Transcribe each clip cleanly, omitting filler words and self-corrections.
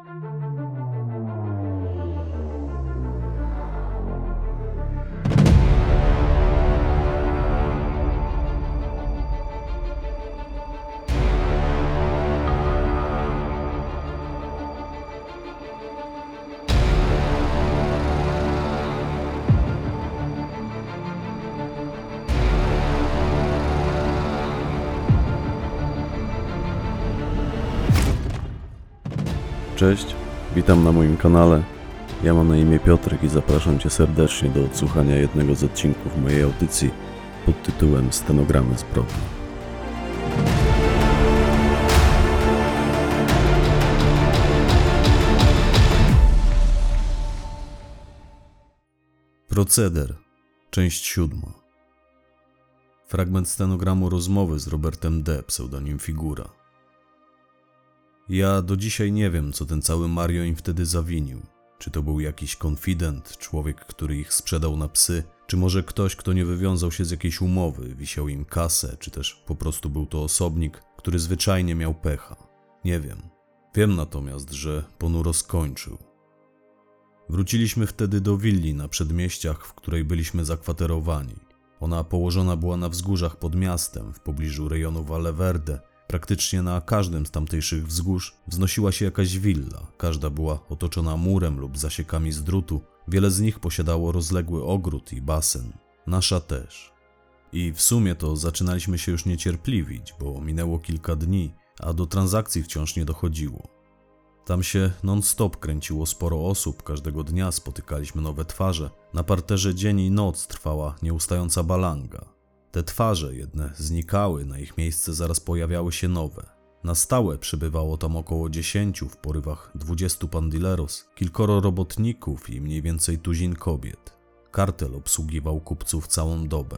Cześć, witam na moim kanale. Ja mam na imię Piotrek i zapraszam Cię serdecznie do odsłuchania jednego z odcinków mojej audycji pod tytułem Stenogramy zbrodni. Proceder, część 7. Fragment stenogramu rozmowy z Robertem D., pseudonim Figura. Ja do dzisiaj nie wiem, co ten cały Mario im wtedy zawinił. Czy to był jakiś konfident, człowiek, który ich sprzedał na psy, czy może ktoś, kto nie wywiązał się z jakiejś umowy, wisiał im kasę, czy też po prostu był to osobnik, który zwyczajnie miał pecha. Nie wiem. Wiem natomiast, że ponuro skończył. Wróciliśmy wtedy do willi na przedmieściach, w której byliśmy zakwaterowani. Ona położona była na wzgórzach pod miastem, w pobliżu rejonu Valle Verde. Praktycznie na każdym z tamtejszych wzgórz wznosiła się jakaś willa. Każda była otoczona murem lub zasiekami z drutu. Wiele z nich posiadało rozległy ogród i basen. Nasza też. I w sumie to zaczynaliśmy się już niecierpliwić, bo minęło kilka dni, a do transakcji wciąż nie dochodziło. Tam się non-stop kręciło sporo osób, każdego dnia spotykaliśmy nowe twarze. Na parterze dzień i noc trwała nieustająca balanga. Te twarze jedne znikały, na ich miejsce zaraz pojawiały się nowe. Na stałe przybywało tam około 10, w porywach 20 pandilleros, kilkoro robotników i mniej więcej tuzin kobiet. Kartel obsługiwał kupców całą dobę.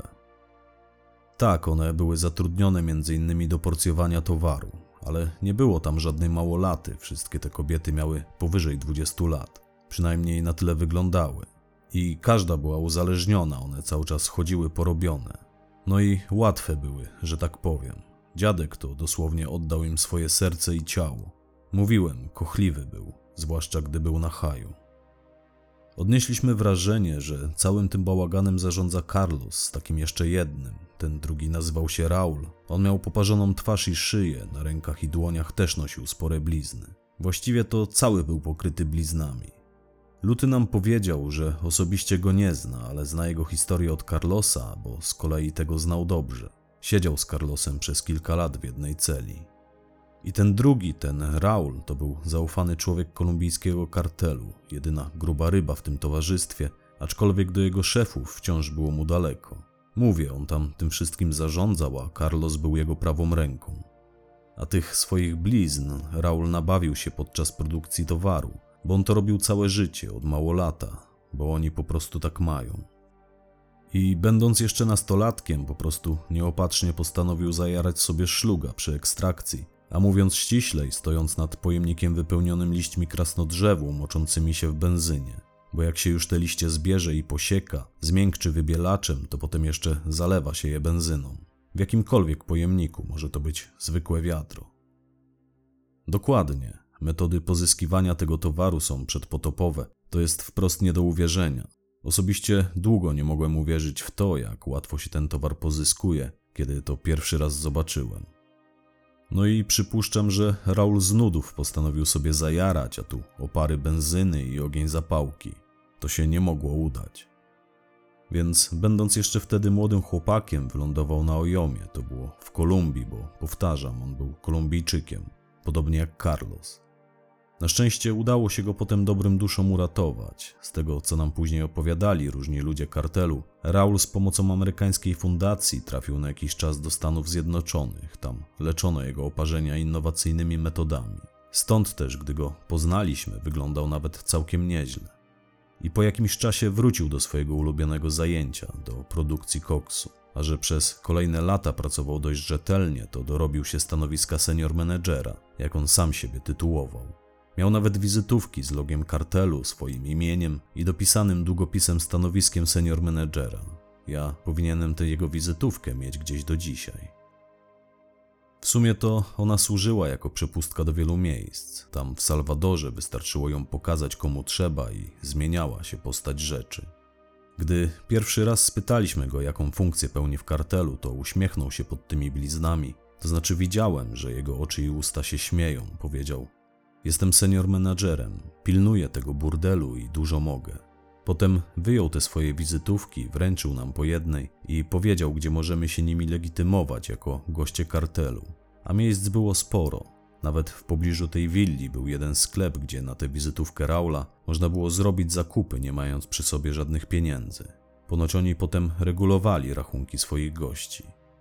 Tak, one były zatrudnione m.in. do porcjowania towaru, ale nie było tam żadnej małolaty, wszystkie te kobiety miały powyżej 20 lat, przynajmniej na tyle wyglądały. I każda była uzależniona, one cały czas chodziły porobione. No i łatwe były, że tak powiem. Dziadek to dosłownie oddał im swoje serce i ciało. Mówiłem, kochliwy był, zwłaszcza gdy był na haju. Odnieśliśmy wrażenie, że całym tym bałaganem zarządza Carlos z takim jeszcze jednym. Ten drugi nazywał się Raul. On miał poparzoną twarz i szyję, na rękach i dłoniach też nosił spore blizny. Właściwie to cały był pokryty bliznami. Luty nam powiedział, że osobiście go nie zna, ale zna jego historię od Carlosa, bo z kolei tego znał dobrze. Siedział z Carlosem przez kilka lat w jednej celi. I ten drugi, ten Raul, to był zaufany człowiek kolumbijskiego kartelu, jedyna gruba ryba w tym towarzystwie, aczkolwiek do jego szefów wciąż było mu daleko. Mówię, on tam tym wszystkim zarządzał, a Carlos był jego prawą ręką. A tych swoich blizn Raul nabawił się podczas produkcji towaru, bo on to robił całe życie, od mało lata, bo oni po prostu tak mają. I będąc jeszcze nastolatkiem, po prostu nieopatrznie postanowił zajarać sobie szluga przy ekstrakcji, a mówiąc ściślej, stojąc nad pojemnikiem wypełnionym liśćmi krasnodrzewu moczącymi się w benzynie, bo jak się już te liście zbierze i posieka, zmiękczy wybielaczem, to potem jeszcze zalewa się je benzyną. W jakimkolwiek pojemniku, może to być zwykłe wiadro. Dokładnie. Metody pozyskiwania tego towaru są przedpotopowe. To jest wprost nie do uwierzenia. Osobiście długo nie mogłem uwierzyć w to, jak łatwo się ten towar pozyskuje, kiedy to pierwszy raz zobaczyłem. No i przypuszczam, że Raul z nudów postanowił sobie zajarać, a tu opary benzyny i ogień zapałki. To się nie mogło udać. Więc będąc jeszcze wtedy młodym chłopakiem, wylądował na Ojomie. To było w Kolumbii, bo powtarzam, on był Kolumbijczykiem, podobnie jak Carlos. Na szczęście udało się go potem dobrym duszom uratować. Z tego, co nam później opowiadali różni ludzie kartelu, Raul z pomocą amerykańskiej fundacji trafił na jakiś czas do Stanów Zjednoczonych. Tam leczono jego oparzenia innowacyjnymi metodami. Stąd też, gdy go poznaliśmy, wyglądał nawet całkiem nieźle. I po jakimś czasie wrócił do swojego ulubionego zajęcia, do produkcji koksu. A że przez kolejne lata pracował dość rzetelnie, to dorobił się stanowiska senior menedżera, jak on sam siebie tytułował. Miał nawet wizytówki z logiem kartelu, swoim imieniem i dopisanym długopisem stanowiskiem senior menedżera. Ja powinienem tę jego wizytówkę mieć gdzieś do dzisiaj. W W sumie to ona służyła jako przepustka do wielu miejsc. Tam w Salwadorze wystarczyło ją pokazać komu trzeba i zmieniała się postać rzeczy. Gdy pierwszy raz spytaliśmy go, jaką funkcję pełni w kartelu, to uśmiechnął się pod tymi bliznami. To znaczy widziałem, że jego oczy i usta się śmieją. Powiedział: jestem senior menadżerem, pilnuję tego burdelu i dużo mogę. Potem wyjął te swoje wizytówki, wręczył nam po jednej i powiedział, gdzie możemy się nimi legitymować jako goście kartelu. A miejsc było sporo. Nawet w pobliżu tej willi był jeden sklep, gdzie na tę wizytówkę Raula można było zrobić zakupy, nie mając przy sobie żadnych pieniędzy. Ponoć oni potem regulowali rachunki swoich gości.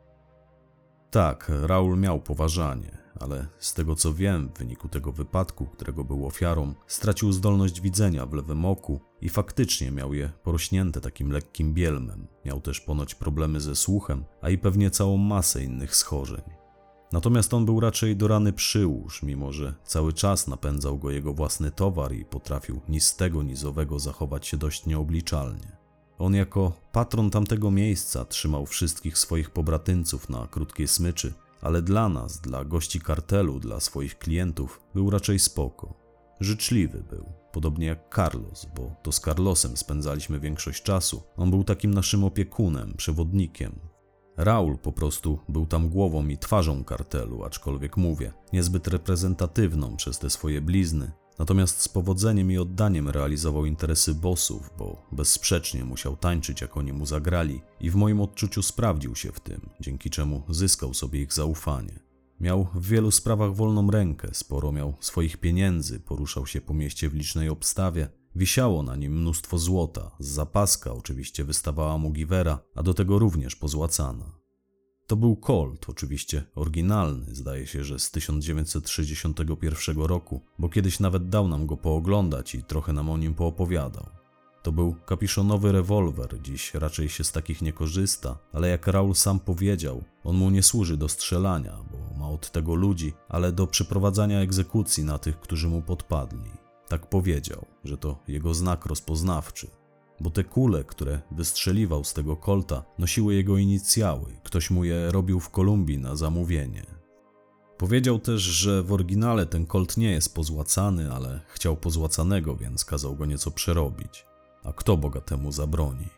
Tak, Raul miał poważanie, ale z tego co wiem, w wyniku tego wypadku, którego był ofiarą, stracił zdolność widzenia w lewym oku i faktycznie miał je porośnięte takim lekkim bielmem. Miał też ponoć problemy ze słuchem, a i pewnie całą masę innych schorzeń. Natomiast on był raczej do rany przyłóż, mimo że cały czas napędzał go jego własny towar i potrafił ni z tego, ni z owego zachować się dość nieobliczalnie. On jako patron tamtego miejsca trzymał wszystkich swoich pobratyńców na krótkiej smyczy, ale dla nas, dla gości kartelu, dla swoich klientów był raczej spoko. Życzliwy był, podobnie jak Carlos, bo to z Carlosem spędzaliśmy większość czasu. On był takim naszym opiekunem, przewodnikiem. Raul po prostu był tam głową i twarzą kartelu, aczkolwiek mówię, niezbyt reprezentatywną przez te swoje blizny. Natomiast z powodzeniem i oddaniem realizował interesy bossów, bo bezsprzecznie musiał tańczyć, jak oni mu zagrali i w moim odczuciu sprawdził się w tym, dzięki czemu zyskał sobie ich zaufanie. Miał w wielu sprawach wolną rękę, sporo miał swoich pieniędzy, poruszał się po mieście w licznej obstawie, wisiało na nim mnóstwo złota, z zapaska oczywiście wystawała mu giwera, a do tego również pozłacana. To był Colt, oczywiście oryginalny, zdaje się, że z 1961 roku, bo kiedyś nawet dał nam go pooglądać i trochę nam o nim poopowiadał. To był kapiszonowy rewolwer, dziś raczej się z takich nie korzysta, ale jak Raul sam powiedział, on mu nie służy do strzelania, bo ma od tego ludzi, ale do przeprowadzania egzekucji na tych, którzy mu podpadli. Tak powiedział, że to jego znak rozpoznawczy. Bo te kule, które wystrzeliwał z tego Colta, nosiły jego inicjały. Ktoś mu je robił w Kolumbii na zamówienie. Powiedział też, że w oryginale ten Colt nie jest pozłacany, ale chciał pozłacanego, więc kazał go nieco przerobić. A kto bogatemu zabroni?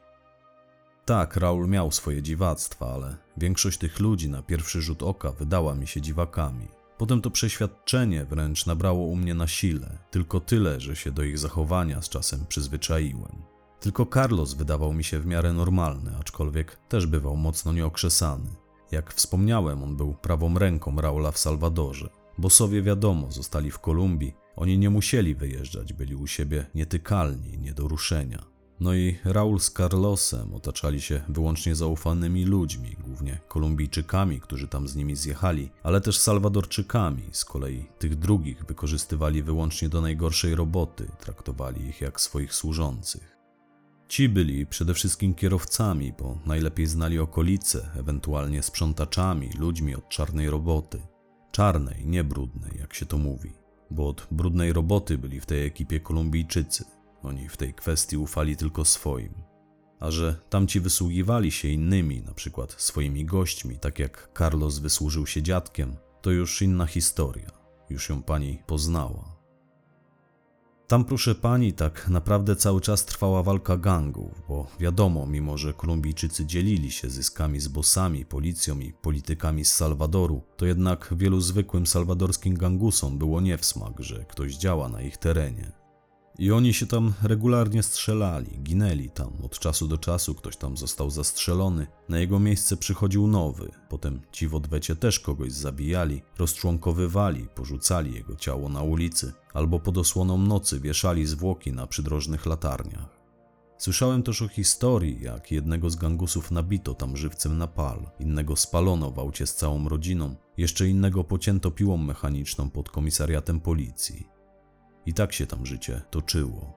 Tak, Raul miał swoje dziwactwa, ale większość tych ludzi na pierwszy rzut oka wydała mi się dziwakami. Potem to przeświadczenie wręcz nabrało u mnie na sile. Tylko tyle, że się do ich zachowania z czasem przyzwyczaiłem. Tylko Carlos wydawał mi się w miarę normalny, aczkolwiek też bywał mocno nieokrzesany. Jak wspomniałem, on był prawą ręką Raula w Salwadorze. Bossowie wiadomo, zostali w Kolumbii, oni nie musieli wyjeżdżać, byli u siebie nietykalni, nie do ruszenia. No i Raul z Carlosem otaczali się wyłącznie zaufanymi ludźmi, głównie Kolumbijczykami, którzy tam z nimi zjechali, ale też Salwadorczykami, z kolei tych drugich wykorzystywali wyłącznie do najgorszej roboty, traktowali ich jak swoich służących. Ci byli przede wszystkim kierowcami, bo najlepiej znali okolice, ewentualnie sprzątaczami, ludźmi od czarnej roboty. Czarnej, nie brudnej, jak się to mówi, bo od brudnej roboty byli w tej ekipie Kolumbijczycy. Oni w tej kwestii ufali tylko swoim. A że tamci wysługiwali się innymi, na przykład swoimi gośćmi, tak jak Carlos wysłużył się dziadkiem, to już inna historia. Już ją pani poznała. Tam, proszę pani, tak naprawdę cały czas trwała walka gangów, bo wiadomo, mimo że Kolumbijczycy dzielili się zyskami z bossami, policją i politykami z Salwadoru, to jednak wielu zwykłym salwadorskim gangusom było nie w smak, że ktoś działa na ich terenie. I oni się tam regularnie strzelali, ginęli tam, od czasu do czasu ktoś tam został zastrzelony, na jego miejsce przychodził nowy, potem ci w odwecie też kogoś zabijali, rozczłonkowywali, porzucali jego ciało na ulicy, albo pod osłoną nocy wieszali zwłoki na przydrożnych latarniach. Słyszałem też o historii, jak jednego z gangusów nabito tam żywcem na pal, innego spalono w aucie z całą rodziną, jeszcze innego pocięto piłą mechaniczną pod komisariatem policji. I tak się tam życie toczyło.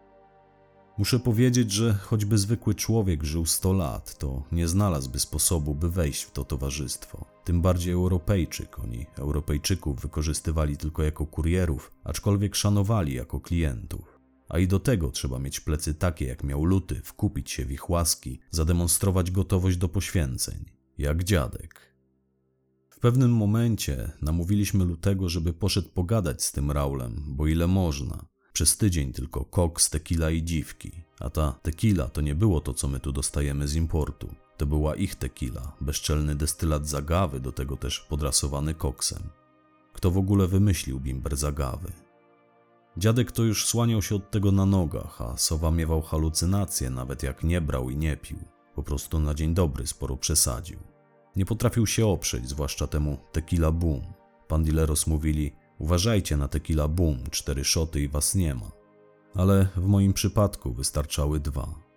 Muszę powiedzieć, że choćby zwykły człowiek żył 100 lat, to nie znalazłby sposobu, by wejść w to towarzystwo. Tym bardziej Europejczyk. Oni Europejczyków wykorzystywali tylko jako kurierów, aczkolwiek szanowali jako klientów. A i do tego trzeba mieć plecy takie, jak miał Luty, wkupić się w ich łaski, zademonstrować gotowość do poświęceń. Jak dziadek. W pewnym momencie namówiliśmy Lutego, żeby poszedł pogadać z tym Raulem, bo ile można. Przez tydzień tylko koks, tequila i dziwki. A ta tequila to nie było to, co my tu dostajemy z importu. To była ich tequila, bezczelny destylat z agawy, do tego też podrasowany koksem. Kto w ogóle wymyślił bimber z agawy? Dziadek to już słaniał się od tego na nogach, a Sowa miewał halucynacje, nawet jak nie brał i nie pił. Po prostu na dzień dobry sporo przesadził. Nie potrafił się oprzeć, zwłaszcza temu tequila boom. Pandilleros mówili: uważajcie na tequila boom, 4 szoty i was nie ma. Ale w moim przypadku wystarczały 2.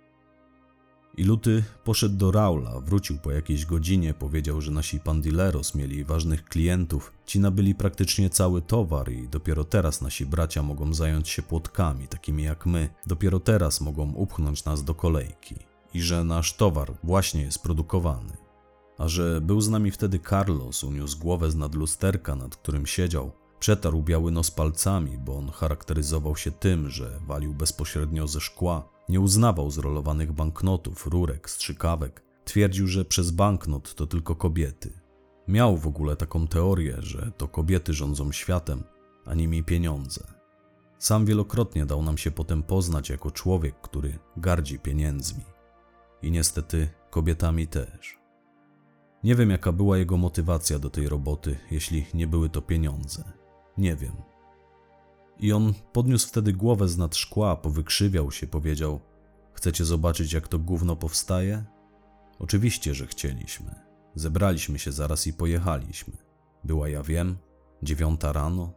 I Luty poszedł do Raula, wrócił po jakiejś godzinie, powiedział, że nasi pandilleros mieli ważnych klientów, ci nabyli praktycznie cały towar i dopiero teraz nasi bracia mogą zająć się płotkami, takimi jak my, dopiero teraz mogą upchnąć nas do kolejki i że nasz towar właśnie jest produkowany. A że był z nami wtedy Carlos, uniósł głowę z nad lusterka, nad którym siedział, przetarł biały nos palcami, bo on charakteryzował się tym, że walił bezpośrednio ze szkła, nie uznawał zrolowanych banknotów, rurek, strzykawek. Twierdził, że przez banknot to tylko kobiety. Miał w ogóle taką teorię, że to kobiety rządzą światem, a nimi pieniądze. Sam wielokrotnie dał nam się potem poznać jako człowiek, który gardzi pieniędzmi. I niestety kobietami też. Nie wiem, jaka była jego motywacja do tej roboty, jeśli nie były to pieniądze. Nie wiem. I on podniósł wtedy głowę z nad szkła, powykrzywiał się, powiedział: chcecie zobaczyć, jak to gówno powstaje? Oczywiście, że chcieliśmy. Zebraliśmy się zaraz i pojechaliśmy. Była, ja wiem, 9 rano.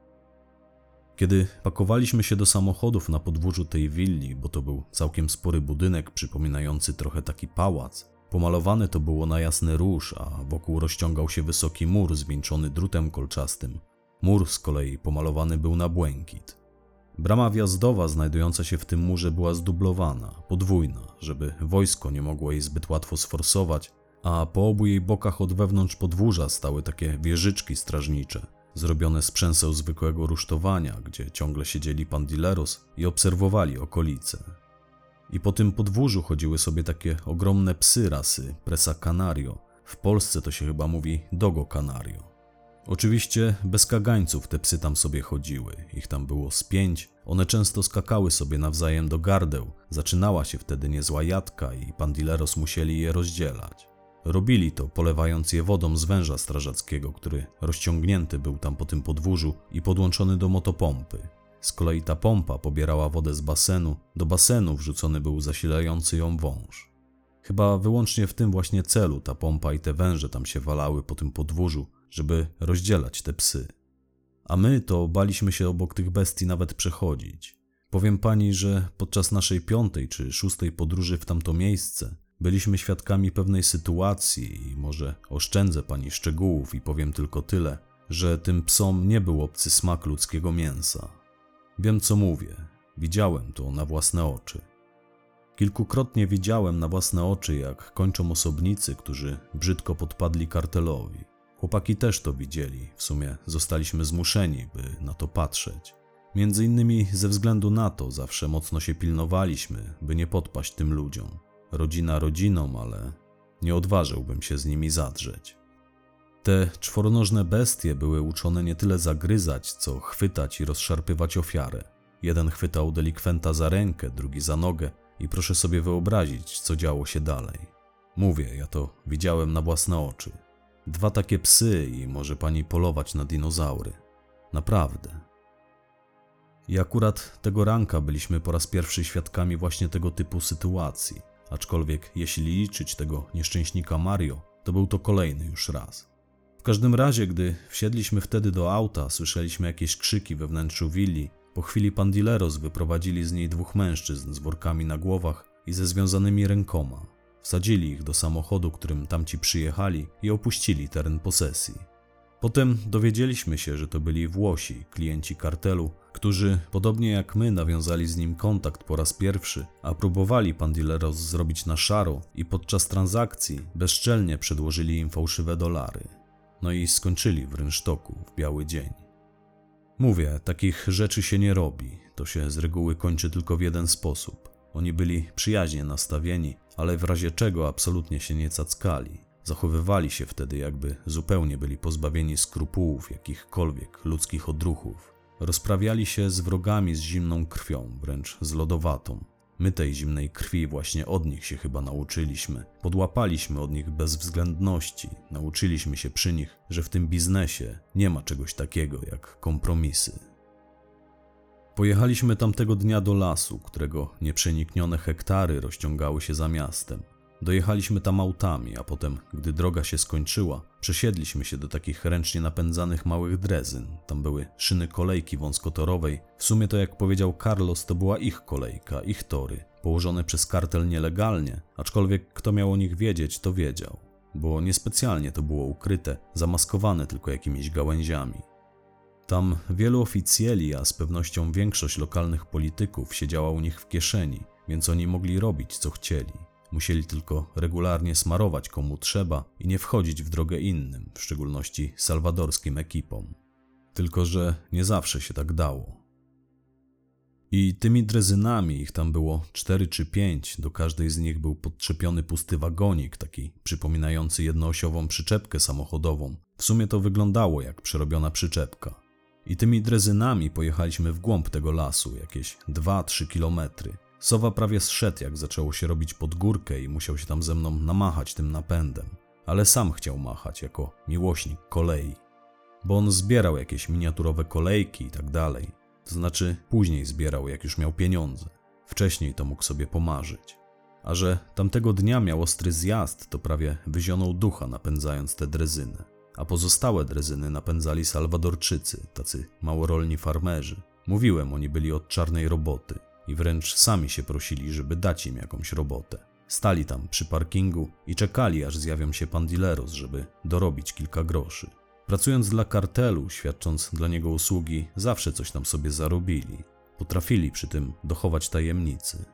Kiedy pakowaliśmy się do samochodów na podwórzu tej willi, bo to był całkiem spory budynek, przypominający trochę taki pałac, pomalowane to było na jasny róż, a wokół rozciągał się wysoki mur zwieńczony drutem kolczastym. Mur z kolei pomalowany był na błękit. Brama wjazdowa znajdująca się w tym murze była zdublowana, podwójna, żeby wojsko nie mogło jej zbyt łatwo sforsować, a po obu jej bokach od wewnątrz podwórza stały takie wieżyczki strażnicze, zrobione z przęseł zwykłego rusztowania, gdzie ciągle siedzieli pandilleros i obserwowali okolice. I po tym podwórzu chodziły sobie takie ogromne psy rasy Presa Canario. W Polsce to się chyba mówi Dogo Canario. Oczywiście bez kagańców te psy tam sobie chodziły, ich tam było z 5, one często skakały sobie nawzajem do gardeł, zaczynała się wtedy niezła jadka i pandilleros musieli je rozdzielać. Robili to, polewając je wodą z węża strażackiego, który rozciągnięty był tam po tym podwórzu i podłączony do motopompy. Z kolei ta pompa pobierała wodę z basenu, do basenu wrzucony był zasilający ją wąż. Chyba wyłącznie w tym właśnie celu ta pompa i te węże tam się walały po tym podwórzu, żeby rozdzielać te psy. A my to baliśmy się obok tych bestii nawet przechodzić. Powiem pani, że podczas naszej 5. czy 6. podróży w tamto miejsce byliśmy świadkami pewnej sytuacji i może oszczędzę pani szczegółów i powiem tylko tyle, że tym psom nie był obcy smak ludzkiego mięsa. Wiem, co mówię. Widziałem to na własne oczy. Kilkukrotnie widziałem na własne oczy, jak kończą osobnicy, którzy brzydko podpadli kartelowi. Chłopaki też to widzieli, w sumie zostaliśmy zmuszeni, by na to patrzeć. Między innymi ze względu na to zawsze mocno się pilnowaliśmy, by nie podpaść tym ludziom. Rodzina rodziną, ale nie odważyłbym się z nimi zadrzeć. Te czworonożne bestie były uczone nie tyle zagryzać, co chwytać i rozszarpywać ofiarę. Jeden chwytał delikwenta za rękę, drugi za nogę i proszę sobie wyobrazić, co działo się dalej. Mówię, ja to widziałem na własne oczy. 2 takie psy i może pani polować na dinozaury. Naprawdę. I akurat tego ranka byliśmy po raz pierwszy świadkami właśnie tego typu sytuacji, aczkolwiek jeśli liczyć tego nieszczęśnika Mario, to był to kolejny już raz. W każdym razie, gdy wsiedliśmy wtedy do auta, słyszeliśmy jakieś krzyki we wnętrzu willi. Po chwili pandilleros wyprowadzili z niej 2 mężczyzn z workami na głowach i ze związanymi rękoma. Wsadzili ich do samochodu, którym tamci przyjechali i opuścili teren posesji. Potem dowiedzieliśmy się, że to byli Włosi, klienci kartelu, którzy, podobnie jak my, nawiązali z nim kontakt po raz pierwszy, a próbowali pandilleros zrobić na szaro i podczas transakcji bezczelnie przedłożyli im fałszywe dolary. No i skończyli w rynsztoku w biały dzień. Mówię, takich rzeczy się nie robi, to się z reguły kończy tylko w jeden sposób. Oni byli przyjaźnie nastawieni, ale w razie czego absolutnie się nie cackali. Zachowywali się wtedy, jakby zupełnie byli pozbawieni skrupułów, jakichkolwiek ludzkich odruchów. Rozprawiali się z wrogami z zimną krwią, wręcz z lodowatą. My tej zimnej krwi właśnie od nich się chyba nauczyliśmy. Podłapaliśmy od nich bezwzględności. Nauczyliśmy się przy nich, że w tym biznesie nie ma czegoś takiego jak kompromisy. Pojechaliśmy tamtego dnia do lasu, którego nieprzeniknione hektary rozciągały się za miastem. Dojechaliśmy tam autami, a potem, gdy droga się skończyła, przesiedliśmy się do takich ręcznie napędzanych małych drezyn. Tam były szyny kolejki wąskotorowej. W sumie to, jak powiedział Carlos, to była ich kolejka, ich tory, położone przez kartel nielegalnie, aczkolwiek kto miał o nich wiedzieć, to wiedział, bo niespecjalnie to było ukryte, zamaskowane tylko jakimiś gałęziami. Tam wielu oficjeli, a z pewnością większość lokalnych polityków siedziała u nich w kieszeni, więc oni mogli robić co chcieli. Musieli tylko regularnie smarować komu trzeba i nie wchodzić w drogę innym, w szczególności salwadorskim ekipom. Tylko że nie zawsze się tak dało. I tymi drezynami, ich tam było 4 czy 5, do każdej z nich był podczepiony pusty wagonik, taki przypominający jednoosiową przyczepkę samochodową. W sumie to wyglądało jak przerobiona przyczepka. I tymi drezynami pojechaliśmy w głąb tego lasu, jakieś 2-3 kilometry. Sowa prawie zszedł, jak zaczęło się robić pod górkę i musiał się tam ze mną namachać tym napędem. Ale sam chciał machać jako miłośnik kolei. Bo on zbierał jakieś miniaturowe kolejki i tak dalej. To znaczy później zbierał, jak już miał pieniądze. Wcześniej to mógł sobie pomarzyć. A że tamtego dnia miał ostry zjazd, to prawie wyzionął ducha napędzając te drezyny. A pozostałe drezyny napędzali Salwadorczycy, tacy małorolni farmerzy. Mówiłem, oni byli od czarnej roboty. I wręcz sami się prosili, żeby dać im jakąś robotę. Stali tam przy parkingu i czekali, aż zjawią się pandilleros, żeby dorobić kilka groszy. Pracując dla kartelu, świadcząc dla niego usługi, zawsze coś tam sobie zarobili. Potrafili przy tym dochować tajemnicy.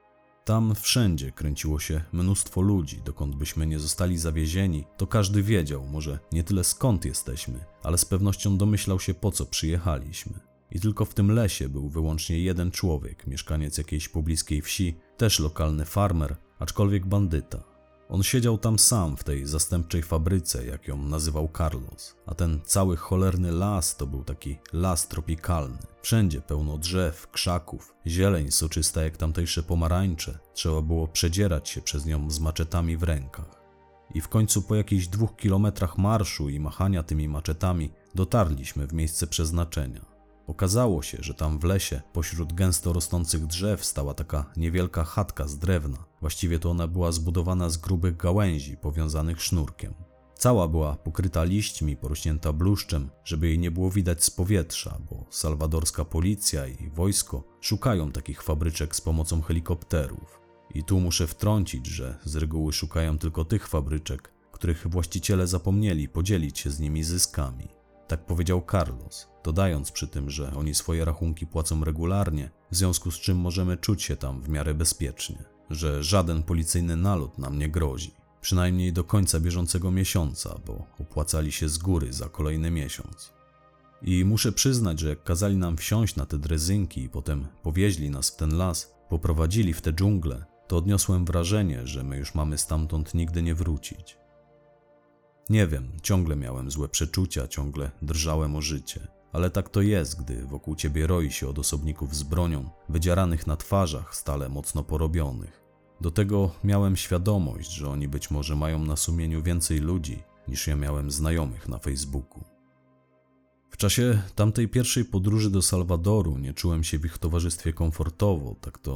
Tam wszędzie kręciło się mnóstwo ludzi, dokąd byśmy nie zostali zawiezieni, to każdy wiedział, może nie tyle skąd jesteśmy, ale z pewnością domyślał się, po co przyjechaliśmy. I tylko w tym lesie był wyłącznie jeden człowiek, mieszkaniec jakiejś pobliskiej wsi, też lokalny farmer, aczkolwiek bandyta. On siedział tam sam w tej zastępczej fabryce, jak ją nazywał Carlos, a ten cały cholerny las to był taki las tropikalny. Wszędzie pełno drzew, krzaków, zieleń soczysta jak tamtejsze pomarańcze, trzeba było przedzierać się przez nią z maczetami w rękach. I w końcu po jakichś 2 kilometrach marszu i machania tymi maczetami dotarliśmy w miejsce przeznaczenia. Okazało się, że tam w lesie, pośród gęsto rosnących drzew, stała taka niewielka chatka z drewna. Właściwie to ona była zbudowana z grubych gałęzi powiązanych sznurkiem. Cała była pokryta liśćmi, porośnięta bluszczem, żeby jej nie było widać z powietrza, bo salwadorska policja i wojsko szukają takich fabryczek z pomocą helikopterów. I tu muszę wtrącić, że z reguły szukają tylko tych fabryczek, których właściciele zapomnieli podzielić się z nimi zyskami. Tak powiedział Carlos, dodając przy tym, że oni swoje rachunki płacą regularnie, w związku z czym możemy czuć się tam w miarę bezpiecznie, że żaden policyjny nalot nam nie grozi, przynajmniej do końca bieżącego miesiąca, bo opłacali się z góry za kolejny miesiąc. I muszę przyznać, że jak kazali nam wsiąść na te drezynki i potem powieźli nas w ten las, poprowadzili w te dżungle, to odniosłem wrażenie, że my już mamy stamtąd nigdy nie wrócić. Nie wiem, ciągle miałem złe przeczucia, ciągle drżałem o życie, ale tak to jest, gdy wokół ciebie roi się odosobników z bronią, wydzieranych na twarzach, stale mocno porobionych. Do tego miałem świadomość, że oni być może mają na sumieniu więcej ludzi, niż ja miałem znajomych na Facebooku. W czasie tamtej pierwszej podróży do Salwadoru nie czułem się w ich towarzystwie komfortowo,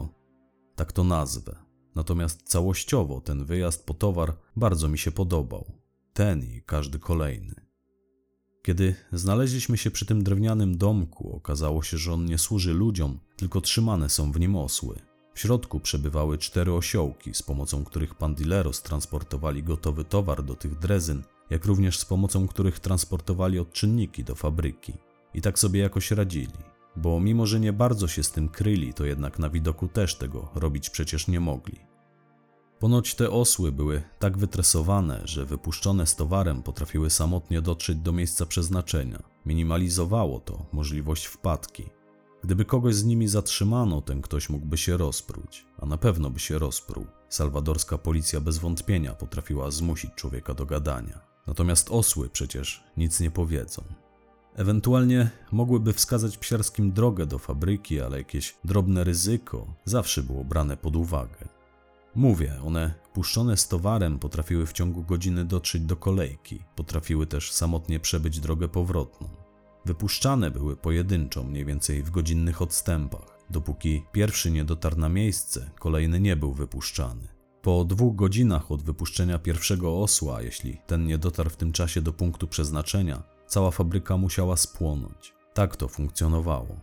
tak to nazwę. Natomiast całościowo ten wyjazd po towar bardzo mi się podobał. Ten i każdy kolejny. Kiedy znaleźliśmy się przy tym drewnianym domku, okazało się, że on nie służy ludziom, tylko trzymane są w nim osły. W środku przebywały 4 osiołki, z pomocą których pandilleros transportowali gotowy towar do tych drezyn, jak również z pomocą których transportowali odczynniki do fabryki. I tak sobie jakoś radzili, bo mimo że nie bardzo się z tym kryli, to jednak na widoku też tego robić przecież nie mogli. Ponoć te osły były tak wytresowane, że wypuszczone z towarem potrafiły samotnie dotrzeć do miejsca przeznaczenia. Minimalizowało to możliwość wpadki. Gdyby kogoś z nimi zatrzymano, ten ktoś mógłby się rozpruć, a na pewno by się rozpruł. Salwadorska policja bez wątpienia potrafiła zmusić człowieka do gadania. Natomiast osły przecież nic nie powiedzą. Ewentualnie mogłyby wskazać psiarskim drogę do fabryki, ale jakieś drobne ryzyko zawsze było brane pod uwagę. Mówię, one puszczone z towarem potrafiły w ciągu godziny dotrzeć do kolejki, potrafiły też samotnie przebyć drogę powrotną. Wypuszczane były pojedynczo, mniej więcej w godzinnych odstępach. Dopóki pierwszy nie dotarł na miejsce, kolejny nie był wypuszczany. Po 2 godzinach od wypuszczenia pierwszego osła, jeśli ten nie dotarł w tym czasie do punktu przeznaczenia, cała fabryka musiała spłonąć. Tak to funkcjonowało.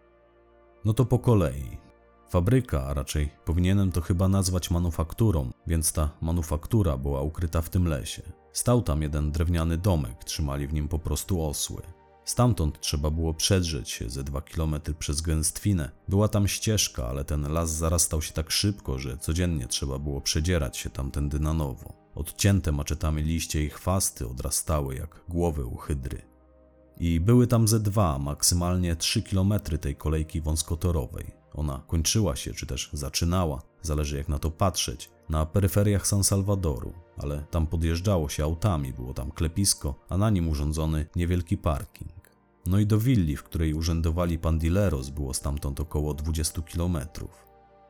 No to po kolei. Fabryka, a raczej powinienem to chyba nazwać manufakturą, więc ta manufaktura była ukryta w tym lesie. Stał tam jeden drewniany domek, trzymali w nim po prostu osły. Stamtąd trzeba było przedrzeć się ze 2 kilometry przez gęstwinę. Była tam ścieżka, ale ten las zarastał się tak szybko, że codziennie trzeba było przedzierać się tamtędy na nowo. Odcięte maczetami liście i chwasty odrastały jak głowy u hydry. I były tam ze 2, maksymalnie 3 kilometry tej kolejki wąskotorowej. Ona kończyła się, czy też zaczynała, zależy jak na to patrzeć, na peryferiach San Salvadoru, ale tam podjeżdżało się autami, było tam klepisko, a na nim urządzony niewielki parking. No i do willi, w której urzędowali pandilleros, było stamtąd około 20 kilometrów.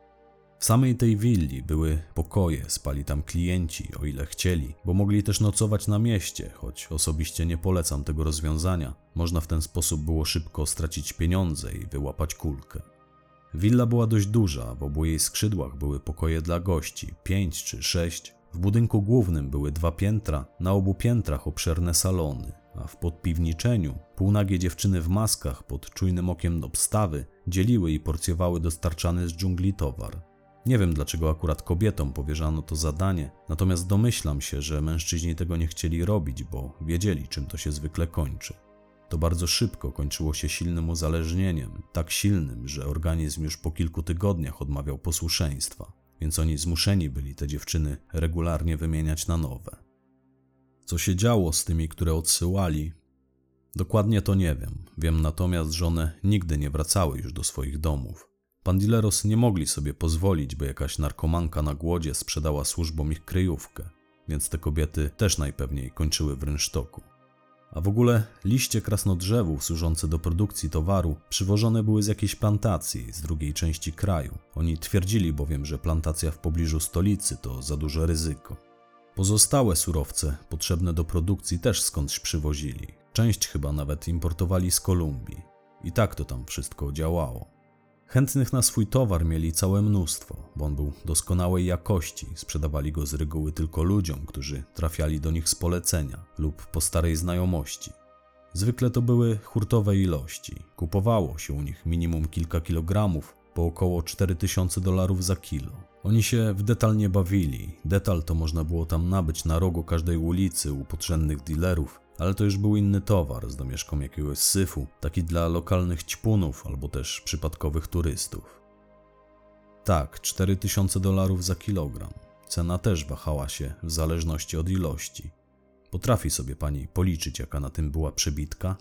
W samej tej willi były pokoje, spali tam klienci, o ile chcieli, bo mogli też nocować na mieście, choć osobiście nie polecam tego rozwiązania. Można w ten sposób było szybko stracić pieniądze i wyłapać kulkę. Willa była dość duża, w obu jej skrzydłach były pokoje dla gości, 5 czy 6. W budynku głównym były 2 piętra, na obu piętrach obszerne salony, a w podpiwniczeniu półnagie dziewczyny w maskach pod czujnym okiem obstawy dzieliły i porcjowały dostarczany z dżungli towar. Nie wiem dlaczego akurat kobietom powierzano to zadanie, natomiast domyślam się, że mężczyźni tego nie chcieli robić, bo wiedzieli czym to się zwykle kończy. To bardzo szybko kończyło się silnym uzależnieniem, tak silnym, że organizm już po kilku tygodniach odmawiał posłuszeństwa, więc oni zmuszeni byli te dziewczyny regularnie wymieniać na nowe. Co się działo z tymi, które odsyłali? Dokładnie to nie wiem. Wiem natomiast, że one nigdy nie wracały już do swoich domów. Pandilleros nie mogli sobie pozwolić, by jakaś narkomanka na głodzie sprzedała służbom ich kryjówkę, więc te kobiety też najpewniej kończyły w rynsztoku. A w ogóle liście krasnodrzewów służące do produkcji towaru przywożone były z jakiejś plantacji z drugiej części kraju. Oni twierdzili bowiem, że plantacja w pobliżu stolicy to za duże ryzyko. Pozostałe surowce potrzebne do produkcji też skądś przywozili. Część chyba nawet importowali z Kolumbii. I tak to tam wszystko działało. Chętnych na swój towar mieli całe mnóstwo, bo on był doskonałej jakości, sprzedawali go z reguły tylko ludziom, którzy trafiali do nich z polecenia lub po starej znajomości. Zwykle to były hurtowe ilości, kupowało się u nich minimum kilka kilogramów, po około $4000 za kilo. Oni się w detal nie bawili, detal to można było tam nabyć na rogu każdej ulicy u podrzędnych dealerów, ale to już był inny towar z domieszką jakiegoś syfu, taki dla lokalnych ćpunów albo też przypadkowych turystów. Tak, $4000 za kilogram. Cena też wahała się w zależności od ilości. Potrafi sobie pani policzyć, jaka na tym była przebitka?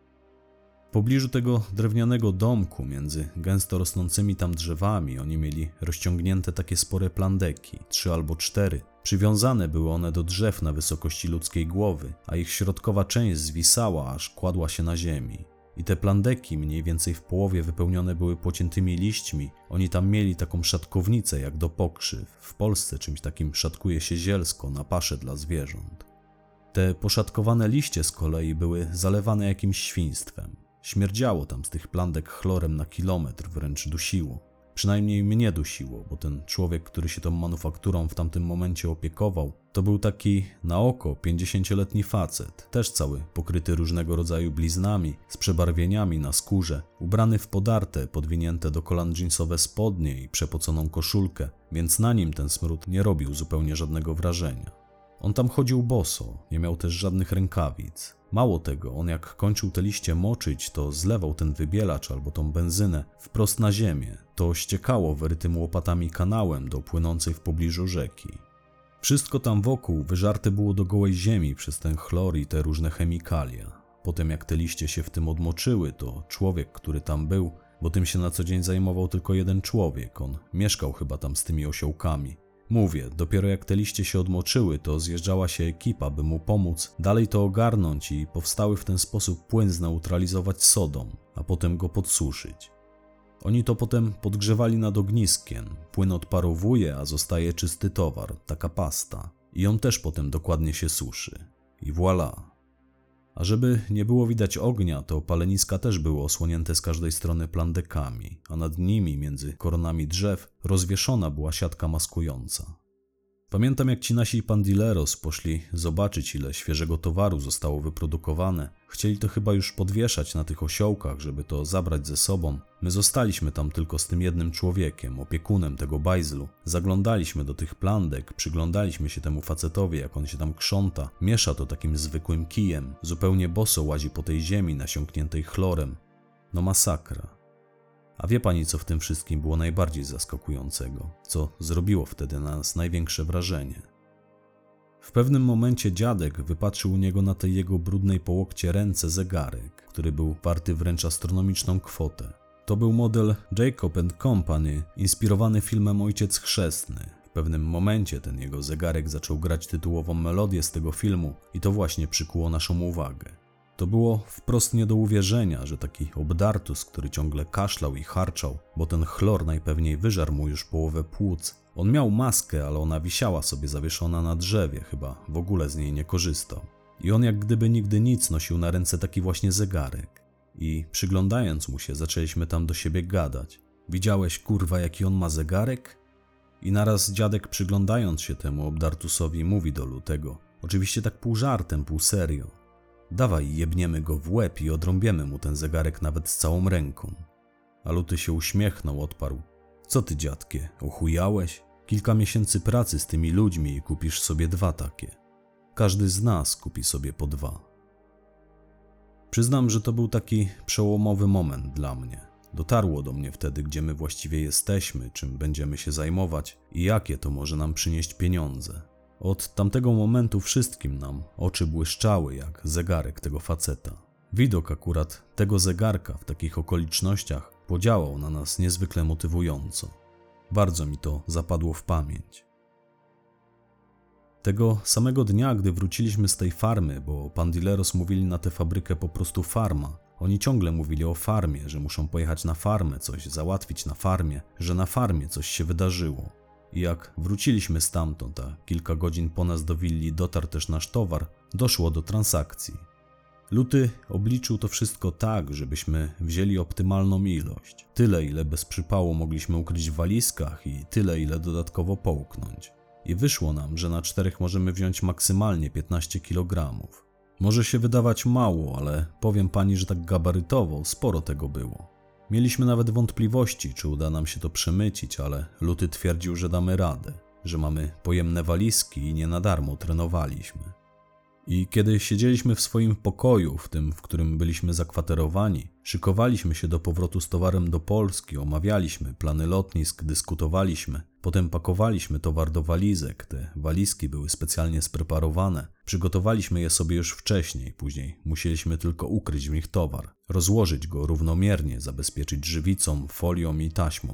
W pobliżu tego drewnianego domku, między gęsto rosnącymi tam drzewami, oni mieli rozciągnięte takie spore plandeki, 3 albo 4. Przywiązane były one do drzew na wysokości ludzkiej głowy, a ich środkowa część zwisała, aż kładła się na ziemi. I te plandeki, mniej więcej w połowie wypełnione były pociętymi liśćmi, oni tam mieli taką szatkownicę jak do pokrzyw. W Polsce czymś takim szatkuje się zielsko na pasze dla zwierząt. Te poszatkowane liście z kolei były zalewane jakimś świństwem. Śmierdziało tam z tych plandek chlorem na kilometr, wręcz dusiło. Przynajmniej mnie dusiło, bo ten człowiek, który się tą manufakturą w tamtym momencie opiekował, to był taki na oko 50-letni facet, też cały pokryty różnego rodzaju bliznami, z przebarwieniami na skórze, ubrany w podarte, podwinięte do kolan dżinsowe spodnie i przepoconą koszulkę, więc na nim ten smród nie robił zupełnie żadnego wrażenia. On tam chodził boso, nie miał też żadnych rękawic. Mało tego, on jak kończył te liście moczyć, to zlewał ten wybielacz albo tą benzynę wprost na ziemię. To ściekało wyrytym łopatami kanałem do płynącej w pobliżu rzeki. Wszystko tam wokół wyżarte było do gołej ziemi przez ten chlor i te różne chemikalia. Potem jak te liście się w tym odmoczyły, to człowiek, który tam był, bo tym się na co dzień zajmował tylko jeden człowiek, on mieszkał chyba tam z tymi osiołkami. Mówię, dopiero jak te liście się odmoczyły, to zjeżdżała się ekipa, by mu pomóc dalej to ogarnąć i powstały w ten sposób płyn zneutralizować sodą, a potem go podsuszyć. Oni to potem podgrzewali nad ogniskiem, płyn odparowuje, a zostaje czysty towar, taka pasta. I on też potem dokładnie się suszy. I voilà. A żeby nie było widać ognia, to paleniska też były osłonięte z każdej strony plandekami, a nad nimi, między koronami drzew, rozwieszona była siatka maskująca. Pamiętam, jak ci nasi pandilleros poszli zobaczyć, ile świeżego towaru zostało wyprodukowane. Chcieli to chyba już podwieszać na tych osiołkach, żeby to zabrać ze sobą. My zostaliśmy tam tylko z tym jednym człowiekiem, opiekunem tego bajzlu. Zaglądaliśmy do tych plandek, przyglądaliśmy się temu facetowi, jak on się tam krząta. Miesza to takim zwykłym kijem, zupełnie boso łazi po tej ziemi nasiąkniętej chlorem. No masakra. A wie pani, co w tym wszystkim było najbardziej zaskakującego? Co zrobiło wtedy na nas największe wrażenie? W pewnym momencie dziadek wypatrzył u niego na tej jego brudnej po łokcie ręce zegarek, który był warty wręcz astronomiczną kwotę. To był model Jacob & Company, inspirowany filmem Ojciec Chrzestny. W pewnym momencie ten jego zegarek zaczął grać tytułową melodię z tego filmu i to właśnie przykuło naszą uwagę. To było wprost nie do uwierzenia, że taki obdartus, który ciągle kaszlał i harczał, bo ten chlor najpewniej wyżarł mu już połowę płuc. On miał maskę, ale ona wisiała sobie zawieszona na drzewie, chyba w ogóle z niej nie korzystał. I on jak gdyby nigdy nic nosił na ręce taki właśnie zegarek. I przyglądając mu się, zaczęliśmy tam do siebie gadać. Widziałeś, kurwa, jaki on ma zegarek? I naraz dziadek, przyglądając się temu obdartusowi, mówi do Lutego. Oczywiście tak pół żartem, pół serio. Dawaj, jebniemy go w łeb i odrąbiemy mu ten zegarek nawet z całą ręką. A Luty się uśmiechnął, odparł. Co ty, dziadkie, ochujałeś? Kilka miesięcy pracy z tymi ludźmi i kupisz sobie 2 takie. Każdy z nas kupi sobie po 2. Przyznam, że to był taki przełomowy moment dla mnie. Dotarło do mnie wtedy, gdzie my właściwie jesteśmy, czym będziemy się zajmować i jakie to może nam przynieść pieniądze. Od tamtego momentu wszystkim nam oczy błyszczały jak zegarek tego faceta. Widok akurat tego zegarka w takich okolicznościach podziałał na nas niezwykle motywująco. Bardzo mi to zapadło w pamięć. Tego samego dnia, gdy wróciliśmy z tej farmy, bo pandilleros mówili na tę fabrykę po prostu farma, oni ciągle mówili o farmie, że muszą pojechać na farmę, coś załatwić na farmie, że na farmie coś się wydarzyło. I jak wróciliśmy stamtąd, a kilka godzin po nas do willi dotarł też nasz towar, doszło do transakcji. Luty obliczył to wszystko tak, żebyśmy wzięli optymalną ilość. Tyle, ile bez przypału mogliśmy ukryć w walizkach i tyle, ile dodatkowo połknąć. I wyszło nam, że na 4 możemy wziąć maksymalnie 15 kg. Może się wydawać mało, ale powiem pani, że tak gabarytowo sporo tego było. Mieliśmy nawet wątpliwości, czy uda nam się to przemycić, ale Luty twierdził, że damy radę, że mamy pojemne walizki i nie na darmo trenowaliśmy. I kiedy siedzieliśmy w swoim pokoju, w tym, w którym byliśmy zakwaterowani, szykowaliśmy się do powrotu z towarem do Polski, omawialiśmy plany lotnisk, dyskutowaliśmy, potem pakowaliśmy towar do walizek, te walizki były specjalnie spreparowane, przygotowaliśmy je sobie już wcześniej, później musieliśmy tylko ukryć w nich towar, rozłożyć go równomiernie, zabezpieczyć żywicą, folią i taśmą.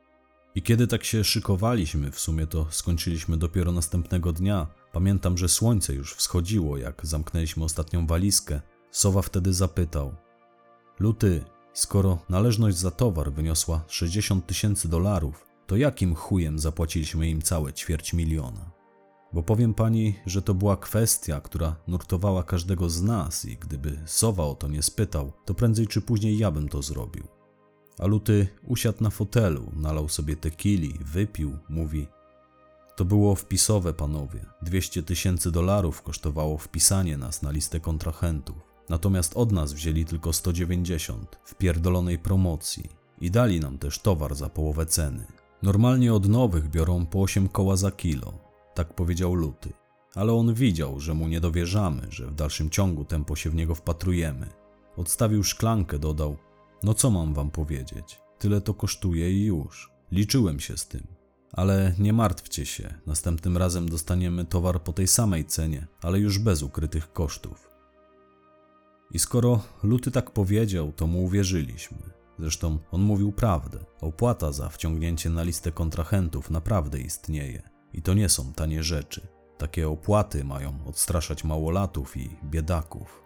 I kiedy tak się szykowaliśmy, w sumie to skończyliśmy dopiero następnego dnia. Pamiętam, że słońce już wschodziło, jak zamknęliśmy ostatnią walizkę. Sowa wtedy zapytał: Luty, skoro należność za towar wyniosła $60,000, to jakim chujem zapłaciliśmy im całe $250,000? Bo powiem pani, że to była kwestia, która nurtowała każdego z nas i gdyby Sowa o to nie spytał, to prędzej czy później ja bym to zrobił. A Luty usiadł na fotelu, nalał sobie tekili, wypił, mówi: to było wpisowe, panowie. $200,000 kosztowało wpisanie nas na listę kontrahentów. Natomiast od nas wzięli tylko 190 w pierdolonej promocji i dali nam też towar za połowę ceny. Normalnie od nowych biorą po 8 koła za kilo, tak powiedział Luty. Ale on widział, że mu nie dowierzamy, że w dalszym ciągu tempo się w niego wpatrujemy. Odstawił szklankę, dodał: no co mam wam powiedzieć, tyle to kosztuje i już. Liczyłem się z tym. Ale nie martwcie się, następnym razem dostaniemy towar po tej samej cenie, ale już bez ukrytych kosztów. I skoro Luty tak powiedział, to mu uwierzyliśmy. Zresztą on mówił prawdę. Opłata za wciągnięcie na listę kontrahentów naprawdę istnieje. I to nie są tanie rzeczy. Takie opłaty mają odstraszać małolatów i biedaków.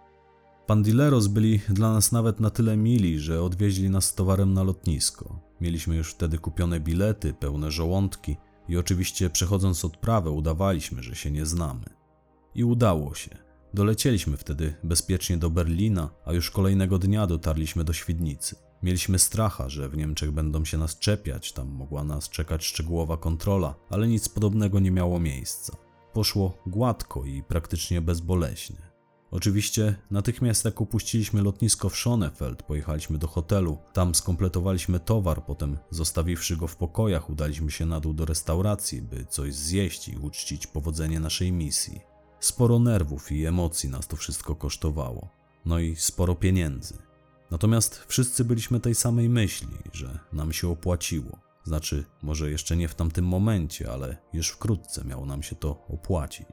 Pandilleros byli dla nas nawet na tyle mili, że odwieźli nas z towarem na lotnisko. Mieliśmy już wtedy kupione bilety, pełne żołądki i oczywiście przechodząc odprawę udawaliśmy, że się nie znamy. I udało się. Dolecieliśmy wtedy bezpiecznie do Berlina, a już kolejnego dnia dotarliśmy do Świdnicy. Mieliśmy stracha, że w Niemczech będą się nas czepiać, tam mogła nas czekać szczegółowa kontrola, ale nic podobnego nie miało miejsca. Poszło gładko i praktycznie bezboleśnie. Oczywiście natychmiast jak opuściliśmy lotnisko w Schönefeld, pojechaliśmy do hotelu, tam skompletowaliśmy towar, potem zostawiwszy go w pokojach, udaliśmy się na dół do restauracji, by coś zjeść i uczcić powodzenie naszej misji. Sporo nerwów i emocji nas to wszystko kosztowało, no i sporo pieniędzy. Natomiast wszyscy byliśmy tej samej myśli, że nam się opłaciło. Znaczy, może jeszcze nie w tamtym momencie, ale już wkrótce miało nam się to opłacić.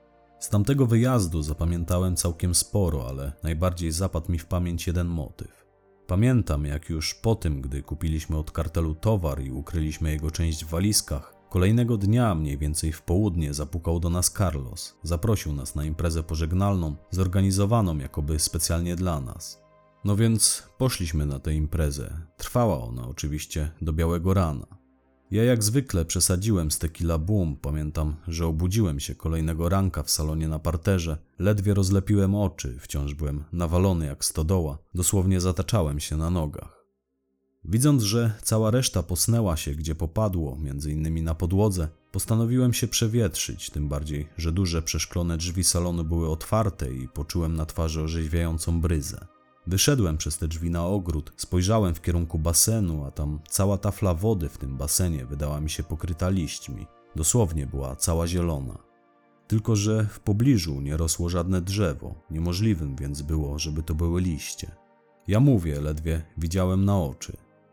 Z tamtego wyjazdu zapamiętałem całkiem sporo, ale najbardziej zapadł mi w pamięć jeden motyw. Pamiętam, jak już po tym, gdy kupiliśmy od kartelu towar i ukryliśmy jego część w walizkach, kolejnego dnia, mniej więcej w południe, zapukał do nas Carlos. Zaprosił nas na imprezę pożegnalną, zorganizowaną jakoby specjalnie dla nas. No więc poszliśmy na tę imprezę. Trwała ona oczywiście do białego rana. Ja jak zwykle przesadziłem z tequila boom. Pamiętam, że obudziłem się kolejnego ranka w salonie na parterze. Ledwie rozlepiłem oczy, wciąż byłem nawalony jak stodoła. Dosłownie zataczałem się na nogach. Widząc, że cała reszta posnęła się gdzie popadło, między innymi na podłodze, postanowiłem się przewietrzyć, tym bardziej, że duże przeszklone drzwi salonu były otwarte i poczułem na twarzy orzeźwiającą bryzę. Wyszedłem przez te drzwi na ogród, spojrzałem w kierunku basenu, a tam cała tafla wody w tym basenie wydała mi się pokryta liśćmi. Dosłownie była cała zielona. Tylko że w pobliżu nie rosło żadne drzewo, niemożliwym więc było, żeby to były liście. Ja mówię, ledwie widziałem na oczy.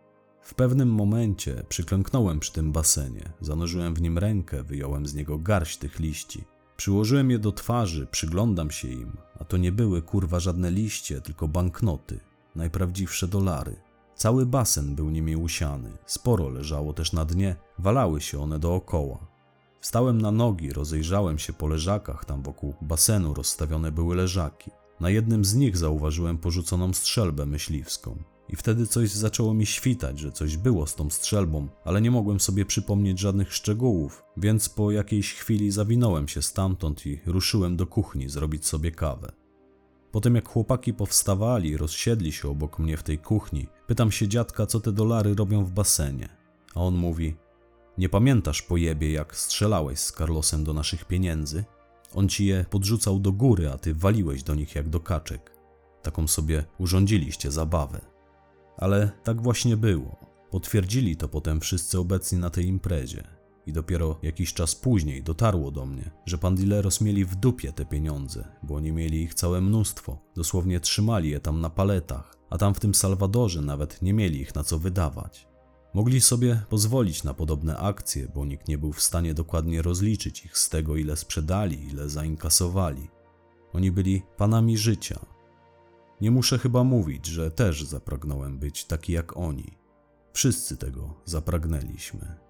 W pewnym momencie przyklęknąłem przy tym basenie, zanurzyłem w nim rękę, wyjąłem z niego garść tych liści. Przyłożyłem je do twarzy, przyglądam się im, a to nie były kurwa żadne liście, tylko banknoty, najprawdziwsze dolary. Cały basen był nimi usiany, sporo leżało też na dnie, walały się one dookoła. Wstałem na nogi, rozejrzałem się po leżakach, tam wokół basenu rozstawione były leżaki. Na jednym z nich zauważyłem porzuconą strzelbę myśliwską. I wtedy coś zaczęło mi świtać, że coś było z tą strzelbą, ale nie mogłem sobie przypomnieć żadnych szczegółów, więc po jakiejś chwili zawinąłem się stamtąd i ruszyłem do kuchni zrobić sobie kawę. Potem jak chłopaki powstawali i rozsiedli się obok mnie w tej kuchni, pytam się dziadka, co te dolary robią w basenie. A on mówi: nie pamiętasz, pojebie, jak strzelałeś z Carlosem do naszych pieniędzy? On ci je podrzucał do góry, a ty waliłeś do nich jak do kaczek. Taką sobie urządziliście zabawę. Ale tak właśnie było. Potwierdzili to potem wszyscy obecni na tej imprezie. I dopiero jakiś czas później dotarło do mnie, że Pandilleros mieli w dupie te pieniądze, bo oni mieli ich całe mnóstwo. Dosłownie trzymali je tam na paletach, a tam w tym Salwadorze nawet nie mieli ich na co wydawać. Mogli sobie pozwolić na podobne akcje, bo nikt nie był w stanie dokładnie rozliczyć ich z tego, ile sprzedali, ile zainkasowali. Oni byli panami życia. Nie muszę chyba mówić, że też zapragnąłem być taki jak oni. Wszyscy tego zapragnęliśmy.